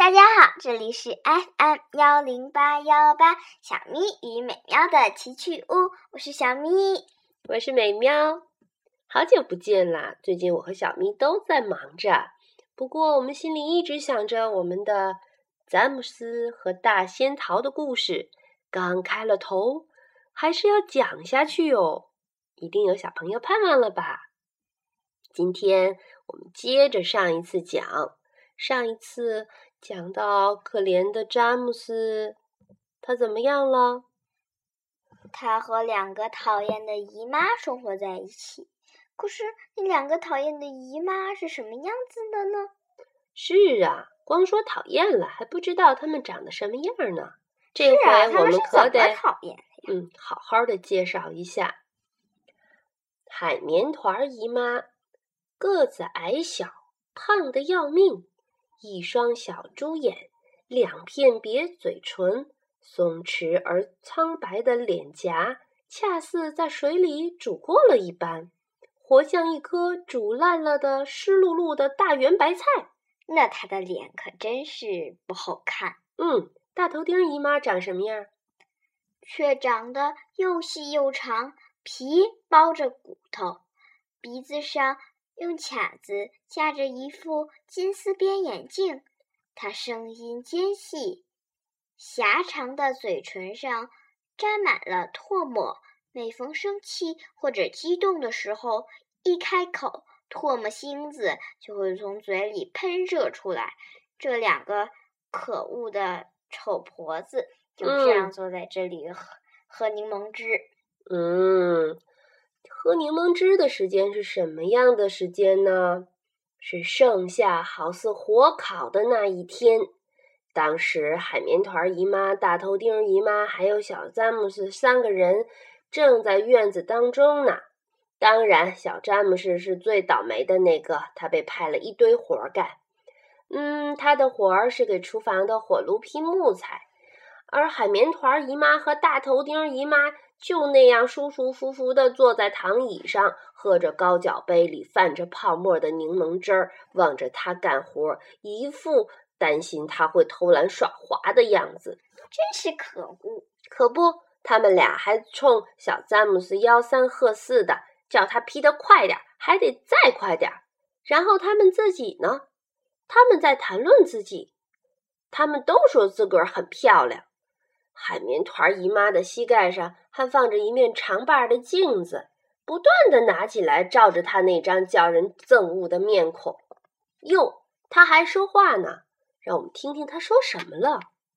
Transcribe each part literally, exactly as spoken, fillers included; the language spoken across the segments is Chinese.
大家好，这里是 F M 幺零八幺八小咪与美喵的奇趣屋，我是小咪， 我是美喵。好久不见啦！最近我和小咪都在忙着，不过我们心里一直想着我们的詹姆斯和大仙桃的故事，刚开了头，还是要讲下去哦。一定有小朋友盼望了吧？今天我们接着上一次讲，上一次讲到可怜的詹姆斯，他怎么样了？ 他和两个讨厌的姨妈生活在一起。可是那两个讨厌的姨妈是什么样子的呢？ 是啊，光说讨厌了，还不知道他们长得什么样呢。这回我们可得、 啊、讨厌嗯，好好的介绍一下。海绵团姨妈个子矮小，胖得要命，一双小猪眼，两片瘪嘴唇，松弛而苍白的脸颊，恰似在水里煮过了一般，活像一颗煮烂了的湿漉漉的大圆白菜。 那她的脸可真是不好看。 嗯，大头钉姨妈长什么样？ 却长得又细又长，皮包着骨头，鼻子上用卡子架着一副金丝边眼镜。她声音尖细，狭长的嘴唇上沾满了唾沫，每逢生气或者激动的时候，一开口，唾沫星子就会从嘴里喷射出来。这两个可恶的丑婆子就这样坐在这里喝、嗯、喝柠檬汁。 嗯，喝柠檬汁的时间是什么样的时间呢？是盛夏好似火烤的那一天。当时海绵团姨妈、大头钉姨妈还有小詹姆斯三个人正在院子当中呢。当然，小詹姆斯是最倒霉的那个，他被派了一堆活干。嗯，他的活儿是给厨房的火炉劈木材，而海绵团姨妈和大头钉姨妈就那样舒舒服服地坐在躺椅上，喝着高脚杯里泛着泡沫的柠檬汁儿，望着他干活，一副担心他会偷懒耍滑的样子。 真是可恶！ 可不，他们俩还冲小詹姆斯吆三喝四的，叫他劈得快点，还得再快点。然后他们自己呢？他们在谈论自己，他们都说自个儿很漂亮。海绵团姨妈的膝盖上还放着一面长把的镜子，不断地拿起来照着她那张叫人憎恶的面孔。哟，她还说话呢，让我们听听她说什么了。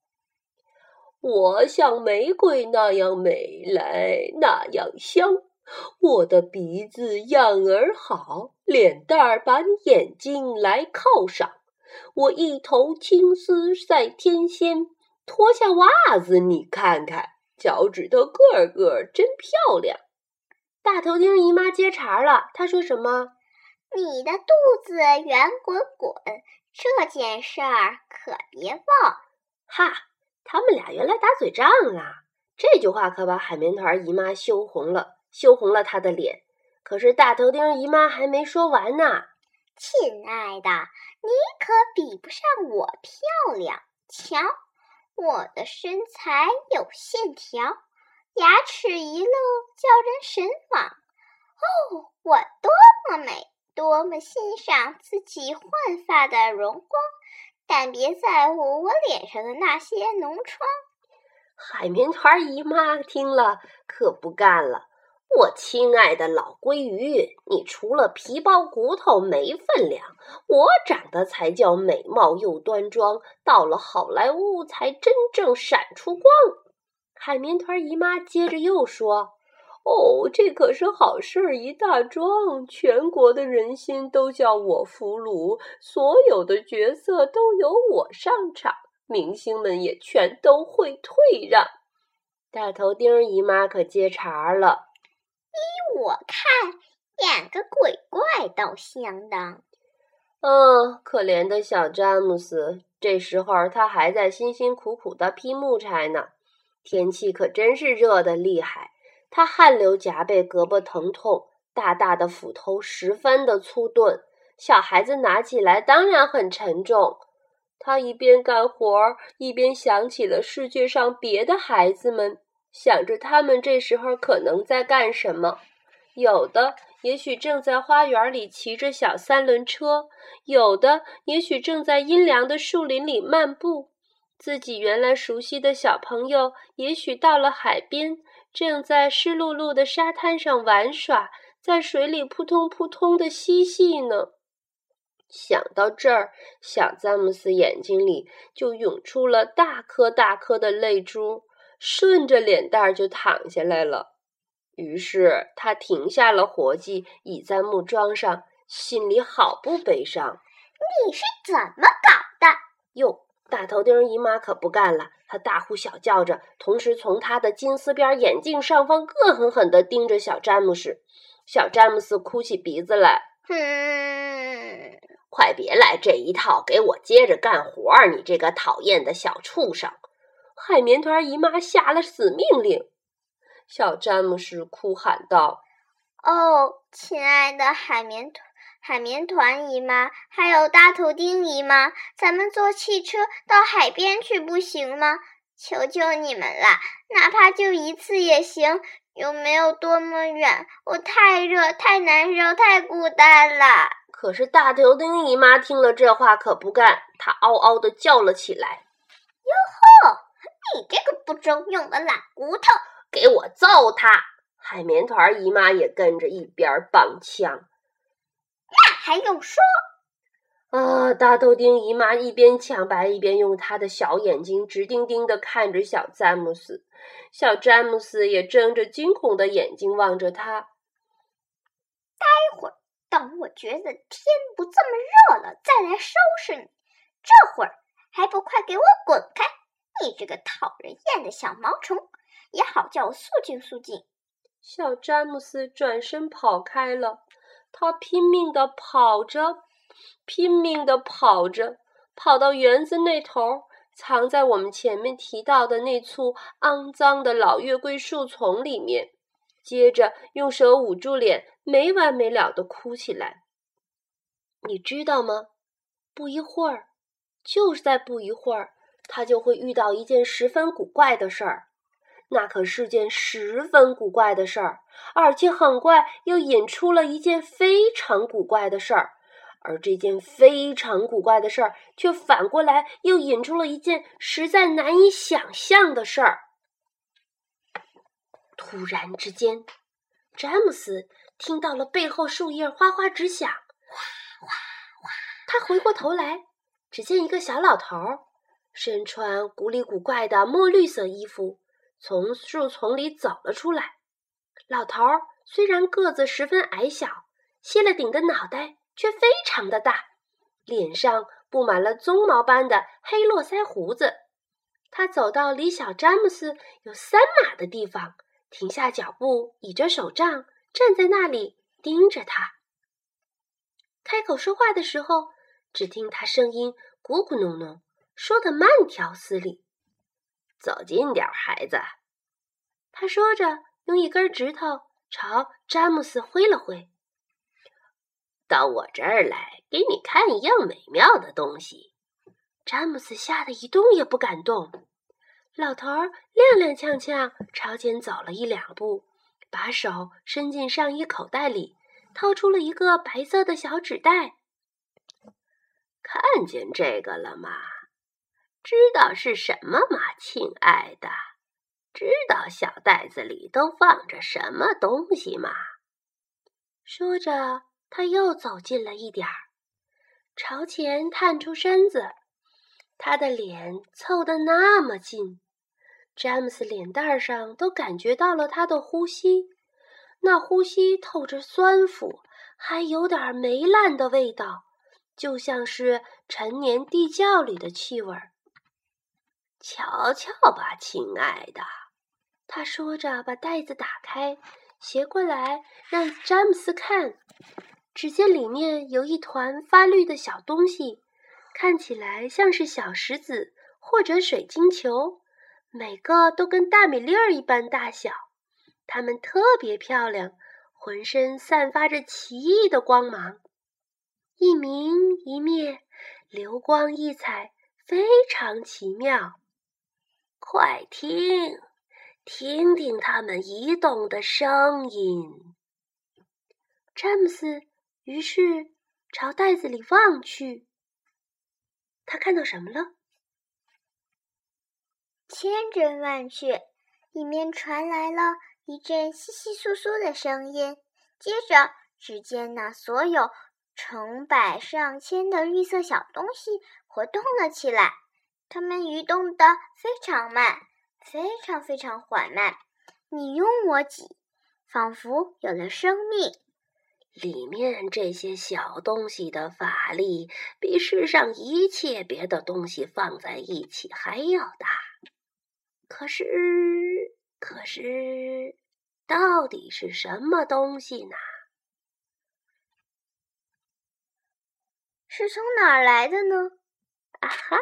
我像玫瑰那样美来，那样香。我的鼻子样儿好，脸蛋儿把眼睛来靠上。我一头青丝赛天仙，脱下袜子你看看，脚趾头个个真漂亮。大头钉姨妈接茬了，她说什么？ 你的肚子圆滚滚，这件事儿可别忘。 哈，他们俩原来打嘴仗啦！这句话可把海绵团姨妈羞红了，羞红了她的脸。可是大头钉姨妈还没说完呢。 亲爱的，你可比不上我漂亮。瞧，我的身材有线条，牙齿一露叫人神往。哦，我多么美，多么欣赏自己焕发的荣光，但别在乎我脸上的那些脓疮。 海绵团姨妈听了可不干了。我亲爱的老鲑鱼，你除了皮包骨头没分量，我长得才叫美貌又端庄，到了好莱坞才真正闪出光。海绵团姨妈接着又说，哦，这可是好事一大桩，全国的人心都叫我俘虏，所有的角色都由我上场，明星们也全都会退让。大头钉姨妈可接茬了， 依我看，演个鬼怪倒相当。 嗯，可怜的小詹姆斯，这时候他还在辛辛苦苦地劈木柴呢。天气可真是热得厉害，他汗流浃背，胳膊疼痛，大大的斧头十分的粗钝，小孩子拿起来当然很沉重。 他一边干活儿，一边想起了世界上别的孩子们，想着他们这时候可能在干什么。有的也许正在花园里骑着小三轮车，有的也许正在阴凉的树林里漫步。自己原来熟悉的小朋友也许到了海边，正在湿漉漉的沙滩上玩耍，在水里扑通扑通的嬉戏呢。想到这儿，小詹姆斯眼睛里就涌出了大颗大颗的泪珠，顺着脸蛋就淌下来了。于是他停下了活计，倚在木桩上，心里好不悲伤。 你是怎么搞的？ 哟，大头钉姨妈可不干了，她大呼小叫着，同时从她的金丝边眼镜上方恶狠狠地盯着小詹姆斯。小詹姆斯哭起鼻子来， 嗯， 快别来这一套，给我接着干活儿，你这个讨厌的小畜生！海绵团姨妈下了死命令。小詹姆斯哭喊道： 哦，亲爱的海绵团海绵团姨妈，还有大头钉姨妈，咱们坐汽车到海边去不行吗？求求你们啦，哪怕就一次也行，有没有多么远？我太热，太难受，太孤单了。 可是大头钉姨妈听了这话可不干，她嗷嗷地叫了起来： 哟吼，你这个不中用的懒骨头， 给我揍他！海绵团姨妈也跟着一边帮腔。 那还用说？ 啊！大头钉姨妈一边抢白一边用她的小眼睛直盯盯地看着小詹姆斯，小詹姆斯也睁着惊恐的眼睛望着她。 待会儿等我觉得天不这么热了，再来收拾你。这会儿还不快给我滚开！你这个讨人厌的小毛虫，也好叫我肃静肃静。 小詹姆斯转身跑开了，他拼命地跑着，拼命地跑着，跑到园子那头，藏在我们前面提到的那簇肮脏的老月桂树丛里面。接着用手捂住脸，没完没了地哭起来。你知道吗？不一会儿，就是在不一会儿，他就会遇到一件十分古怪的事儿。那可是件十分古怪的事儿，而且很快又引出了一件非常古怪的事儿，而这件非常古怪的事儿却反过来又引出了一件实在难以想象的事儿。突然之间，詹姆斯听到了背后树叶哗哗直响，哗哗哗！他回过头来，只见一个小老头，身穿古里古怪的墨绿色衣服，从树丛里走了出来。老头虽然个子十分矮小，卸了顶的脑袋却非常的大，脸上布满了鬃毛般的黑络腮胡子。他走到离小詹姆斯有三码的地方，停下脚步，倚着手杖，站在那里盯着他。开口说话的时候，只听他声音咕咕哝哝，说得慢条斯理。走近点，孩子。他说着，用一根指头朝詹姆斯挥了挥。到我这儿来，给你看一样美妙的东西。詹姆斯吓得一动也不敢动。老头儿踉踉跄跄朝前走了一两步，把手伸进上衣口袋里，掏出了一个白色的小纸袋。看见这个了吗？知道是什么吗，亲爱的？知道小袋子里都放着什么东西吗？说着，他又走近了一点儿，朝前探出身子，他的脸凑得那么近，詹姆斯脸蛋上都感觉到了他的呼吸，那呼吸透着酸腐，还有点霉烂的味道，就像是陈年地窖里的气味。瞧瞧吧，亲爱的，他说着把袋子打开，斜过来让詹姆斯看。只见里面有一团发绿的小东西，看起来像是小石子或者水晶球，每个都跟大米粒儿一般大小，它们特别漂亮，浑身散发着奇异的光芒，一明一灭，流光溢彩， 非常奇妙。快听，听听它们移动的声音。詹姆斯于是朝袋子里望去，他看到什么了？ 千真万确，里面传来了一阵窸窸窣窣的声音，接着只见那所有成百上千的绿色小东西活动了起来，它们移动得非常慢，非常非常缓慢，你拥我挤，仿佛有了生命。 里面这些小东西的法力比世上一切别的东西放在一起还要大。可是，可是，到底是什么东西呢？ 是从哪儿来的呢？ 啊哈！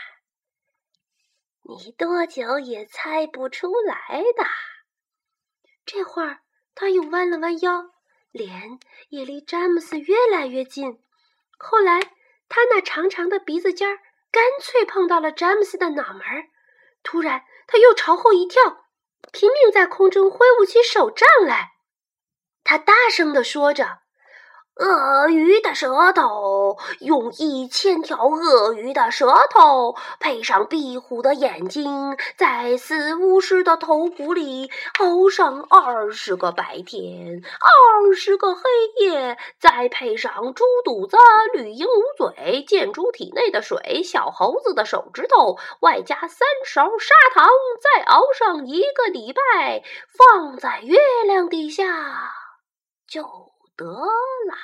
你多久也猜不出来的。这会儿，他又弯了弯腰，脸也离詹姆斯越来越近。后来，他那长长的鼻子尖儿干脆碰到了詹姆斯的脑门儿。突然，他又朝后一跳，拼命在空中挥舞起手杖来。他大声地说着：“鳄鱼的舌头，用一千条鳄鱼的舌头，配上壁虎的眼睛，在死巫师的头骨里熬上二十个白天，二十个黑夜，再配上猪肚子、绿鹦鹉嘴、箭猪体内的水、小猴子的手指头，外加三勺砂糖，再熬上一个礼拜，放在月亮底下就得了。”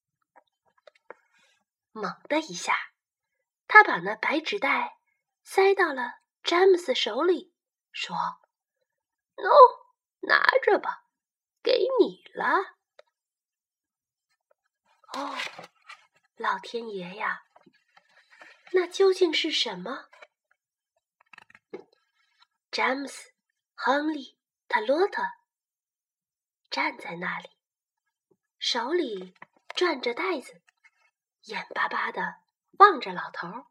猛的一下，他把那白纸袋塞到了詹姆斯手里，说：“喏，拿着吧，给你了。”哦，老天爷呀，那究竟是什么？詹姆斯、亨利、特洛特站在那里，手里攥着袋子，眼巴巴地望着老头儿。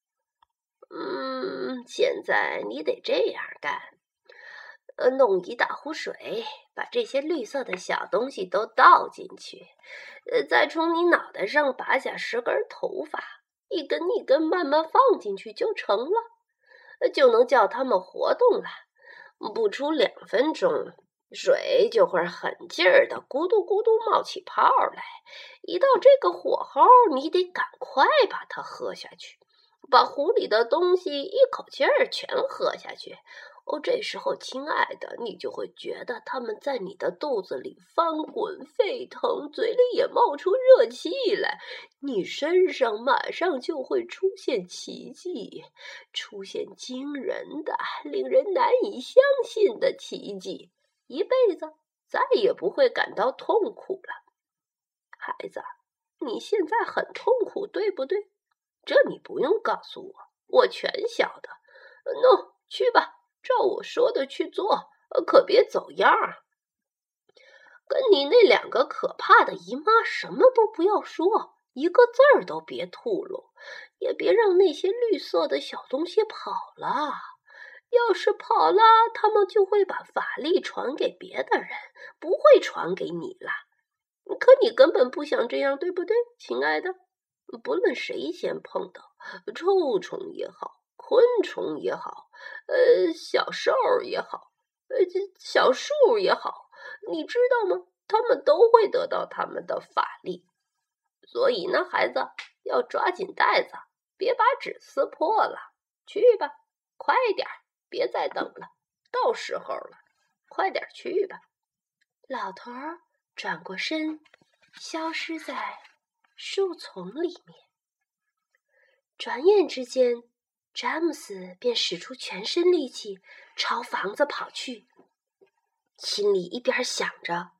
嗯，现在你得这样干，呃，弄一大壶水，把这些绿色的小东西都倒进去，呃，再从你脑袋上拔下十根头发，一根一根慢慢放进去就成了，就能叫它们活动了。不出两分钟，水就会很劲儿的咕嘟咕嘟冒起泡来。一到这个火候，你得赶快把它喝下去，把壶里的东西一口气儿全喝下去。哦，这时候，亲爱的，你就会觉得它们在你的肚子里翻滚沸腾，嘴里也冒出热气来。你身上马上就会出现奇迹，出现惊人的、令人难以相信的奇迹，一辈子再也不会感到痛苦了。孩子，你现在很痛苦，对不对？这你不用告诉我，我全晓得。喏，去吧，照我说的去做，可别走样儿。跟你那两个可怕的姨妈什么都不要说，一个字儿都别吐露，也别让那些绿色的小东西跑了。要是跑了，他们就会把法力传给别的人，不会传给你了。可你根本不想这样，对不对，亲爱的？不论谁先碰到，臭虫也好，昆虫也好，呃，小兽也好，呃，小树也好，你知道吗？他们都会得到他们的法力。所以呢，孩子，要抓紧袋子，别把纸撕破了。去吧，快点，别再等了，到时候了，快点去吧。老头儿转过身，消失在树丛里面。转眼之间，詹姆斯便使出全身力气朝房子跑去，心里一边想着，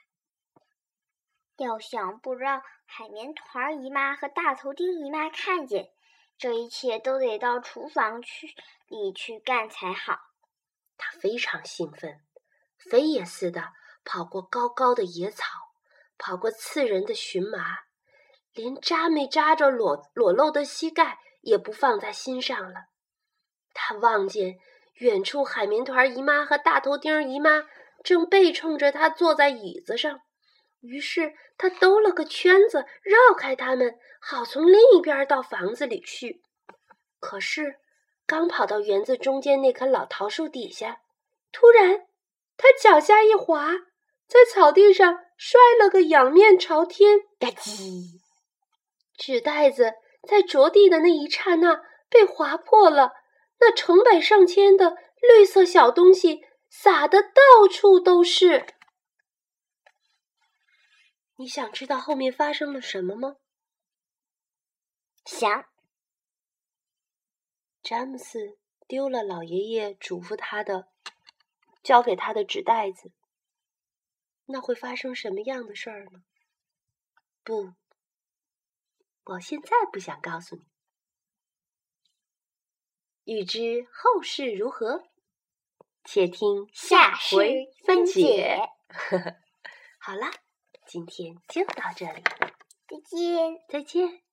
要想不让海绵团姨妈和大头钉姨妈看见，这一切都得到厨房去里去干才好。 他非常兴奋，飞也似的跑过高高的野草，跑过刺人的荨麻，连扎没扎着裸裸露的膝盖也不放在心上了。他望见远处海绵团姨妈和大头钉姨妈正背冲着他坐在椅子上，于是他兜了个圈子，绕开他们，好从另一边到房子里去。可是刚跑到园子中间那棵老桃树底下，突然他脚下一滑，在草地上摔了个仰面朝天， 嘎叽！ 纸袋子在着地的那一刹那被划破了，那成百上千的绿色小东西撒得到处都是。你想知道后面发生了什么吗？ 想。 詹姆斯丢了老爷爷嘱咐他的、交给他的纸袋子。那会发生什么样的事儿呢？不，我现在不想告诉你。欲知后事如何，且听下回分解。好啦，今天就到这里， 再见。 再见。